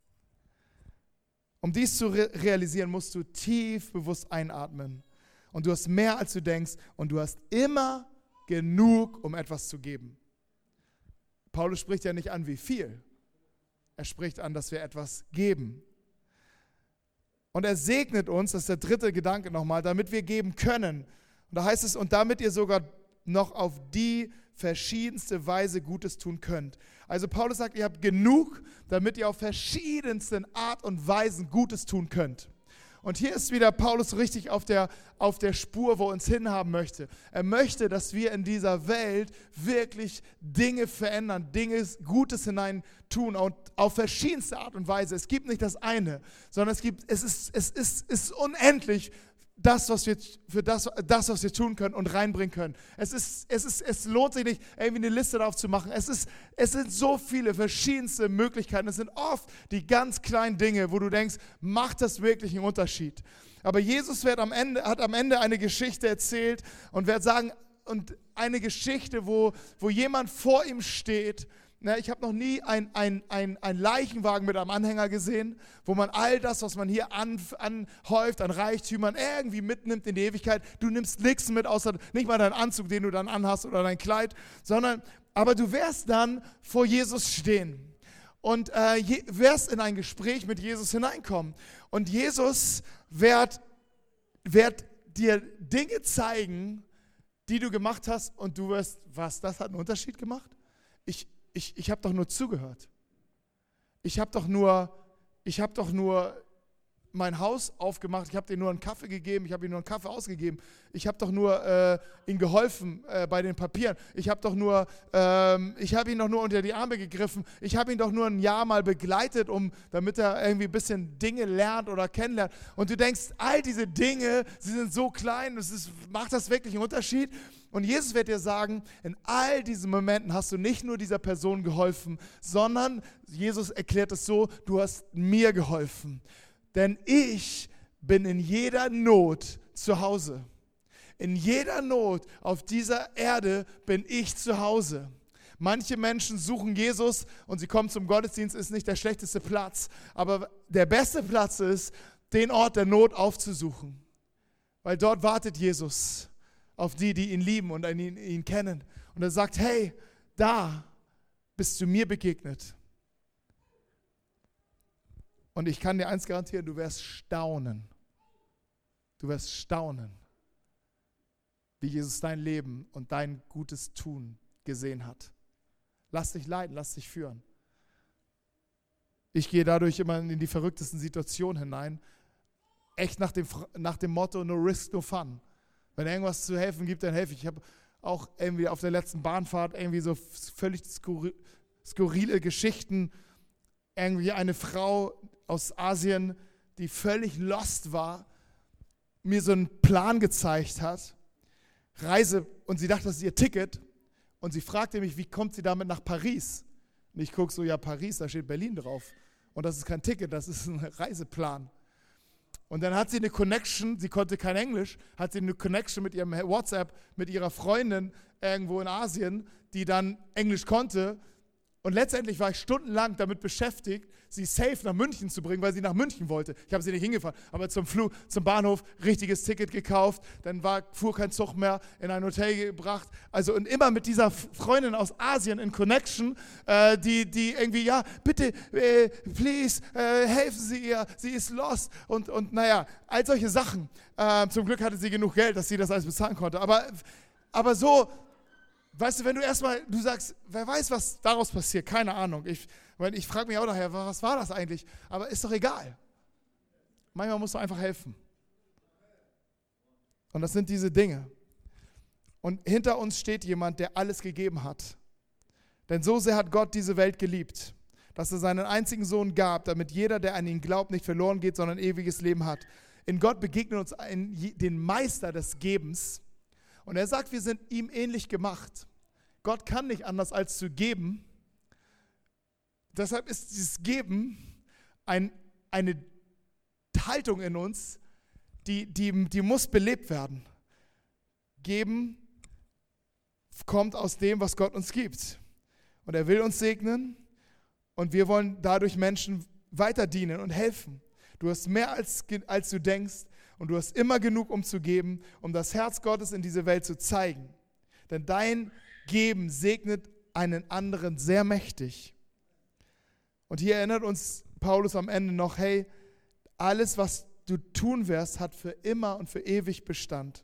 Um dies zu realisieren, musst du tief bewusst einatmen. Und du hast mehr, als du denkst. Und du hast immer genug, um etwas zu geben. Paulus spricht ja nicht an, wie viel. Er spricht an, dass wir etwas geben. Und er segnet uns, das ist der dritte Gedanke nochmal, damit wir geben können. Und da heißt es, und damit ihr sogar noch auf die verschiedenste Weise Gutes tun könnt. Also Paulus sagt, ihr habt genug, damit ihr auf verschiedensten Art und Weisen Gutes tun könnt. Und hier ist wieder Paulus richtig auf der Spur, wo er uns hinhaben möchte. Er möchte, dass wir in dieser Welt wirklich Dinge verändern, Dinge Gutes hinein tun und auf verschiedenste Art und Weise. Es gibt nicht das eine, sondern es ist unendlich, das, was wir tun können und reinbringen können. Es lohnt sich nicht, irgendwie eine Liste darauf zu machen. Es sind so viele verschiedenste Möglichkeiten. Es sind oft die ganz kleinen Dinge, wo du denkst, macht das wirklich einen Unterschied? Aber Jesus hat am Ende eine Geschichte erzählt und wird sagen, und eine Geschichte, wo jemand vor ihm steht. Ich habe noch nie einen Leichenwagen mit einem Anhänger gesehen, wo man all das, was man hier anhäuft an Reichtümern, irgendwie mitnimmt in die Ewigkeit. Du nimmst nichts mit, außer nicht mal deinen Anzug, den du dann anhast oder dein Kleid, aber du wirst dann vor Jesus stehen und wirst in ein Gespräch mit Jesus hineinkommen. Und Jesus wird dir Dinge zeigen, die du gemacht hast und du wirst, das hat einen Unterschied gemacht? Ich habe doch nur zugehört. Ich habe doch nur mein Haus aufgemacht. Ich habe dir nur einen Kaffee gegeben. Ich habe ihm nur einen Kaffee ausgegeben. Ich habe doch nur ihm geholfen bei den Papieren. Ich habe ihn doch nur unter die Arme gegriffen. Ich habe ihn doch nur ein Jahr mal begleitet, damit er irgendwie ein bisschen Dinge lernt oder kennenlernt. Und du denkst, all diese Dinge, sie sind so klein. Macht das wirklich einen Unterschied? Und Jesus wird dir sagen, in all diesen Momenten hast du nicht nur dieser Person geholfen, sondern Jesus erklärt es so, du hast mir geholfen. Denn ich bin in jeder Not zu Hause. In jeder Not auf dieser Erde bin ich zu Hause. Manche Menschen suchen Jesus und sie kommen zum Gottesdienst, ist nicht der schlechteste Platz. Aber der beste Platz ist, den Ort der Not aufzusuchen. Weil dort wartet Jesus auf die ihn lieben und ihn kennen. Und er sagt, hey, da bist du mir begegnet. Und ich kann dir eins garantieren, du wirst staunen. Du wirst staunen, wie Jesus dein Leben und dein gutes Tun gesehen hat. Lass dich leiten, lass dich führen. Ich gehe dadurch immer in die verrücktesten Situationen hinein. Echt nach dem Motto, no risk, no fun. Wenn irgendwas zu helfen gibt, dann helfe ich. Ich habe auch irgendwie auf der letzten Bahnfahrt irgendwie so völlig skurrile Geschichten. Irgendwie eine Frau aus Asien, die völlig lost war, mir so einen Plan gezeigt hat, Reise, und sie dachte, das ist ihr Ticket. Und sie fragte mich, wie kommt sie damit nach Paris? Und ich gucke so, ja, Paris, da steht Berlin drauf. Und das ist kein Ticket, das ist ein Reiseplan. Und dann hat sie eine Connection, sie konnte kein Englisch, hat sie eine Connection mit ihrem WhatsApp, mit ihrer Freundin irgendwo in Asien, die dann Englisch konnte. Und letztendlich war ich stundenlang damit beschäftigt, sie safe nach München zu bringen, weil sie nach München wollte. Ich habe sie nicht hingefahren, aber zum Bahnhof, richtiges Ticket gekauft, dann fuhr kein Zug mehr, in ein Hotel gebracht. Also und immer mit dieser Freundin aus Asien in Connection, die irgendwie, ja, bitte, please, helfen Sie ihr, sie ist lost. Und naja, all solche Sachen. Zum Glück hatte sie genug Geld, dass sie das alles bezahlen konnte. Aber so... Weißt du, wenn du sagst, wer weiß, was daraus passiert, keine Ahnung. Ich frage mich auch nachher, was war das eigentlich? Aber ist doch egal. Manchmal musst du einfach helfen. Und das sind diese Dinge. Und hinter uns steht jemand, der alles gegeben hat. Denn so sehr hat Gott diese Welt geliebt, dass er seinen einzigen Sohn gab, damit jeder, der an ihn glaubt, nicht verloren geht, sondern ewiges Leben hat. In Gott begegnet uns den Meister des Gebens. Und er sagt, wir sind ihm ähnlich gemacht. Gott kann nicht anders als zu geben. Deshalb ist dieses Geben eine Haltung in uns, die muss belebt werden. Geben kommt aus dem, was Gott uns gibt. Und er will uns segnen und wir wollen dadurch Menschen weiter dienen und helfen. Du hast mehr als du denkst. Und du hast immer genug, um zu geben, um das Herz Gottes in diese Welt zu zeigen. Denn dein Geben segnet einen anderen sehr mächtig. Und hier erinnert uns Paulus am Ende noch, hey, alles, was du tun wirst, hat für immer und für ewig Bestand.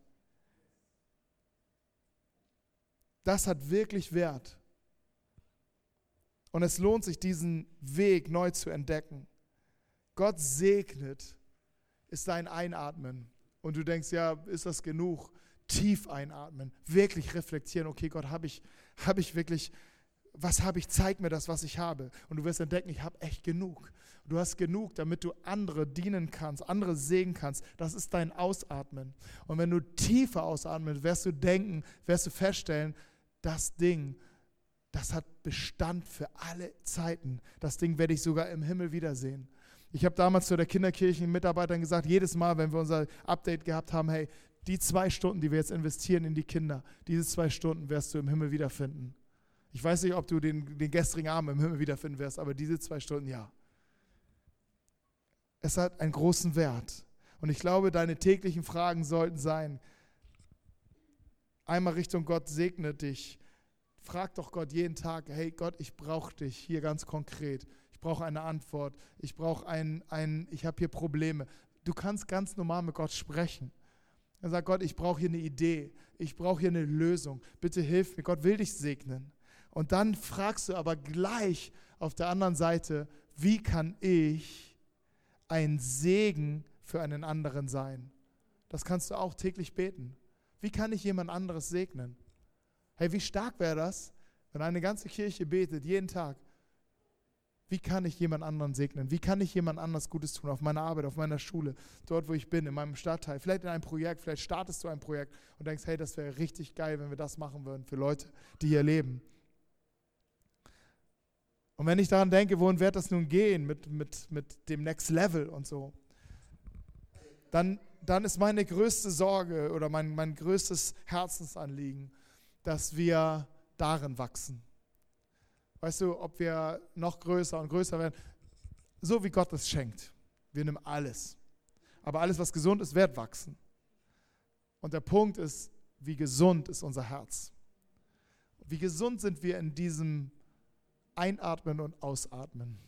Das hat wirklich Wert. Und es lohnt sich, diesen Weg neu zu entdecken. Gott segnet ist dein Einatmen. Und du denkst, ja, ist das genug? Tief einatmen, wirklich reflektieren, okay Gott, habe ich wirklich, was habe ich, zeig mir das, was ich habe. Und du wirst entdecken, ich habe echt genug. Du hast genug, damit du andere dienen kannst, andere segnen kannst. Das ist dein Ausatmen. Und wenn du tiefer ausatmest, wirst du feststellen, das Ding, das hat Bestand für alle Zeiten. Das Ding werde ich sogar im Himmel wiedersehen. Ich habe damals zu der Kinderkirchen-Mitarbeitern gesagt, jedes Mal, wenn wir unser Update gehabt haben, hey, die 2 Stunden, die wir jetzt investieren in die Kinder, diese 2 Stunden wirst du im Himmel wiederfinden. Ich weiß nicht, ob du den gestrigen Abend im Himmel wiederfinden wirst, aber diese 2 Stunden, ja. Es hat einen großen Wert. Und ich glaube, deine täglichen Fragen sollten sein, einmal Richtung Gott, segne dich. Frag doch Gott jeden Tag, hey Gott, ich brauche dich hier ganz konkret. Ich brauche eine Antwort. Ich habe hier Probleme. Du kannst ganz normal mit Gott sprechen. Er sagt, Gott, ich brauche hier eine Idee. Ich brauche hier eine Lösung. Bitte hilf mir. Gott will dich segnen. Und dann fragst du aber gleich auf der anderen Seite, wie kann ich ein Segen für einen anderen sein? Das kannst du auch täglich beten. Wie kann ich jemand anderes segnen? Hey, wie stark wäre das, wenn eine ganze Kirche betet, jeden Tag? Wie kann ich jemand anderen segnen? Wie kann ich jemand anders Gutes tun auf meiner Arbeit, auf meiner Schule, dort, wo ich bin, in meinem Stadtteil, vielleicht in einem Projekt, vielleicht startest du ein Projekt und denkst, hey, das wäre richtig geil, wenn wir das machen würden für Leute, die hier leben. Und wenn ich daran denke, wohin wird das nun gehen mit dem Next Level und so, dann ist meine größte Sorge oder mein größtes Herzensanliegen, dass wir darin wachsen. Weißt du, ob wir noch größer und größer werden, so wie Gott es schenkt. Wir nehmen alles. Aber alles, was gesund ist, wird wachsen. Und der Punkt ist, wie gesund ist unser Herz? Wie gesund sind wir in diesem Einatmen und Ausatmen?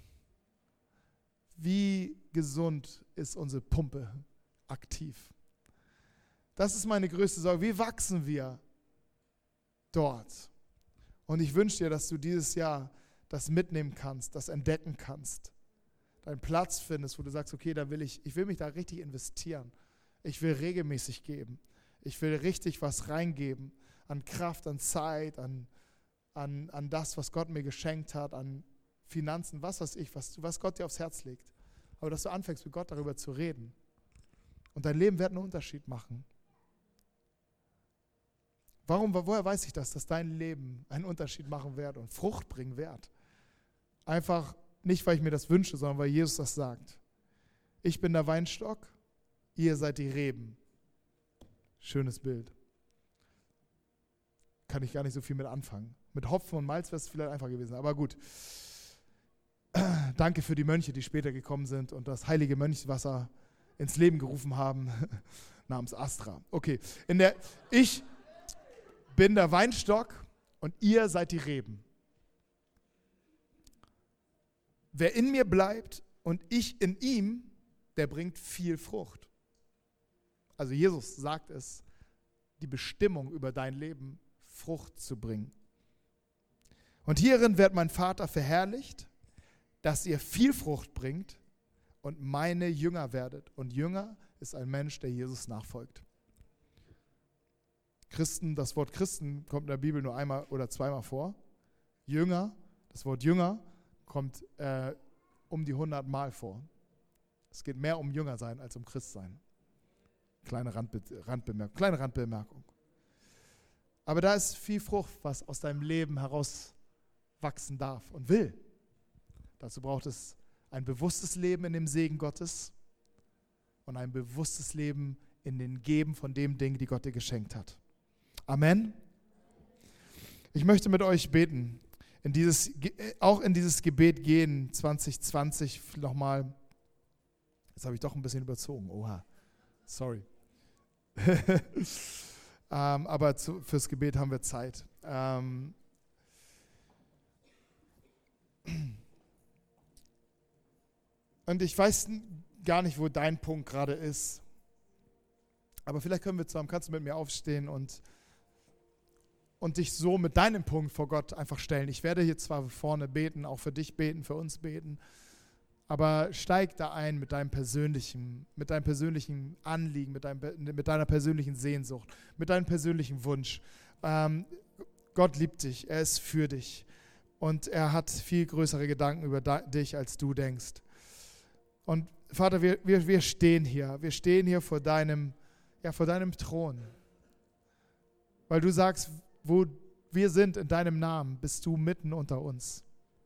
Wie gesund ist unsere Pumpe aktiv? Das ist meine größte Sorge. Wie wachsen wir dort? Und ich wünsche dir, dass du dieses Jahr das mitnehmen kannst, das entdecken kannst. Deinen Platz findest, wo du sagst, okay, ich will mich da richtig investieren. Ich will regelmäßig geben. Ich will richtig was reingeben an Kraft, an Zeit, an das, was Gott mir geschenkt hat, an Finanzen, was weiß ich, was Gott dir aufs Herz legt. Aber dass du anfängst, mit Gott darüber zu reden. Und dein Leben wird einen Unterschied machen. Woher weiß ich das, dass dein Leben einen Unterschied machen wird und Frucht bringen wird? Einfach nicht, weil ich mir das wünsche, sondern weil Jesus das sagt. Ich bin der Weinstock, ihr seid die Reben. Schönes Bild. Kann ich gar nicht so viel mit anfangen. Mit Hopfen und Malz wäre es vielleicht einfach gewesen, aber gut. Danke für die Mönche, die später gekommen sind und das heilige Mönchswasser ins Leben gerufen haben, namens Astra. Okay, ich bin der Weinstock und ihr seid die Reben. Wer in mir bleibt und ich in ihm, der bringt viel Frucht. Also Jesus sagt es, die Bestimmung über dein Leben, Frucht zu bringen. Und hierin wird mein Vater verherrlicht, dass ihr viel Frucht bringt und meine Jünger werdet. Und Jünger ist ein Mensch, der Jesus nachfolgt. Christen, das Wort Christen kommt in der Bibel nur einmal oder zweimal vor. Jünger, das Wort Jünger kommt um die 100 Mal vor. Es geht mehr um Jünger sein als um Christ sein. Kleine Randbemerkung. Aber da ist viel Frucht, was aus deinem Leben herauswachsen darf und will. Dazu braucht es ein bewusstes Leben in dem Segen Gottes und ein bewusstes Leben in den Geben von dem Ding, die Gott dir geschenkt hat. Amen. Ich möchte mit euch beten, auch in dieses Gebet gehen, 2020 nochmal. Jetzt habe ich doch ein bisschen überzogen. Oha, sorry. Aber fürs Gebet haben wir Zeit. Und ich weiß gar nicht, wo dein Punkt gerade ist. Aber vielleicht können wir zusammen, kannst du mit mir aufstehen und dich so mit deinem Punkt vor Gott einfach stellen. Ich werde hier zwar vorne beten, auch für dich beten, für uns beten, aber steig da ein mit deinem persönlichen Anliegen, mit deiner persönlichen Sehnsucht, mit deinem persönlichen Wunsch. Gott liebt dich, er ist für dich und er hat viel größere Gedanken über dich, als du denkst. Und Vater, wir stehen hier vor deinem Thron, weil du sagst, wo wir sind in deinem Namen, bist du mitten unter uns.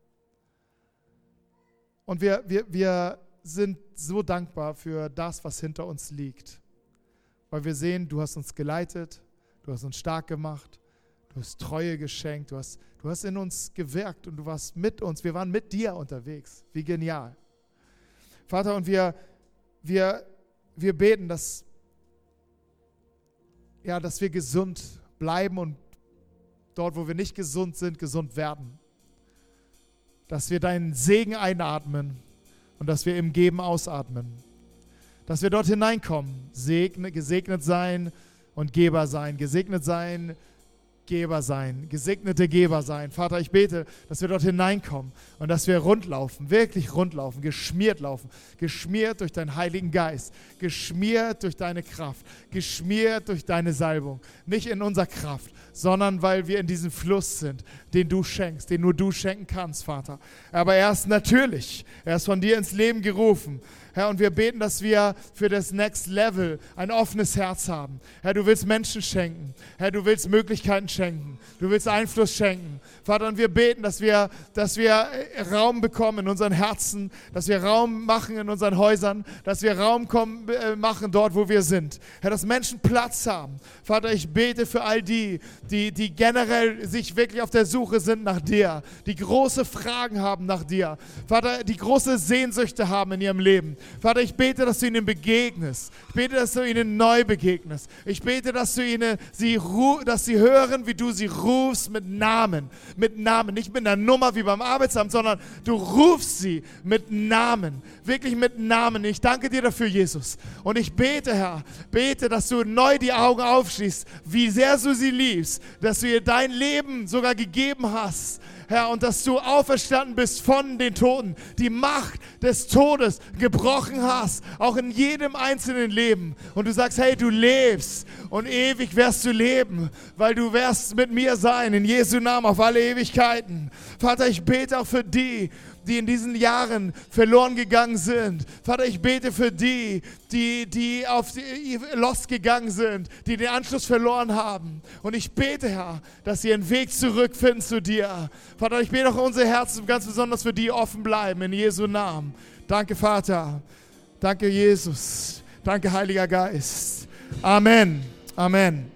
Und wir sind so dankbar für das, was hinter uns liegt, weil wir sehen, du hast uns geleitet, du hast uns stark gemacht, du hast Treue geschenkt, du hast in uns gewirkt und du warst mit uns, wir waren mit dir unterwegs. Wie genial. Vater, und wir beten, dass wir gesund bleiben und dort, wo wir nicht gesund sind, gesund werden. Dass wir deinen Segen einatmen und dass wir im Geben ausatmen. Dass wir dort hineinkommen, gesegnet sein und Geber sein, gesegnet sein, Geber sein, gesegnete Geber sein. Vater, ich bete, dass wir dort hineinkommen und dass wir rundlaufen, wirklich rundlaufen, geschmiert laufen, geschmiert durch deinen Heiligen Geist, geschmiert durch deine Kraft, geschmiert durch deine Salbung. Nicht in unserer Kraft, sondern weil wir in diesem Fluss sind, den du schenkst, den nur du schenken kannst, Vater. Aber er ist natürlich, er ist von dir ins Leben gerufen. Herr, und wir beten, dass wir für das Next Level ein offenes Herz haben. Herr, du willst Menschen schenken. Herr, du willst Möglichkeiten schenken. Du willst Einfluss schenken. Vater, und wir beten, dass wir Raum bekommen in unseren Herzen, dass wir Raum machen in unseren Häusern, dass wir Raum machen dort, wo wir sind. Herr, dass Menschen Platz haben. Vater, ich bete für all die generell sich wirklich auf der Suche sind nach dir, die große Fragen haben nach dir. Vater, die große Sehnsüchte haben in ihrem Leben. Vater, ich bete, dass du ihnen begegnest. Ich bete, dass du ihnen neu begegnest. Ich bete, dass sie hören, wie du sie rufst mit Namen. Mit Namen, nicht mit einer Nummer wie beim Arbeitsamt, sondern du rufst sie mit Namen. Wirklich mit Namen. Ich danke dir dafür, Jesus. Und ich bete, Herr, dass du neu die Augen aufschließt, wie sehr du sie liebst, dass du ihr dein Leben sogar gegeben hast. Herr, und dass du auferstanden bist von den Toten, die Macht des Todes gebrochen hast, auch in jedem einzelnen Leben. Und du sagst, hey, du lebst und ewig wirst du leben, weil du wirst mit mir sein, in Jesu Namen auf alle Ewigkeiten. Vater, ich bete auch für die in diesen Jahren verloren gegangen sind. Vater, ich bete für die lost gegangen sind, die den Anschluss verloren haben. Und ich bete, Herr, dass sie einen Weg zurückfinden zu dir. Vater, ich bete auch unsere Herzen ganz besonders für die offen bleiben, in Jesu Namen. Danke, Vater. Danke, Jesus. Danke, Heiliger Geist. Amen. Amen.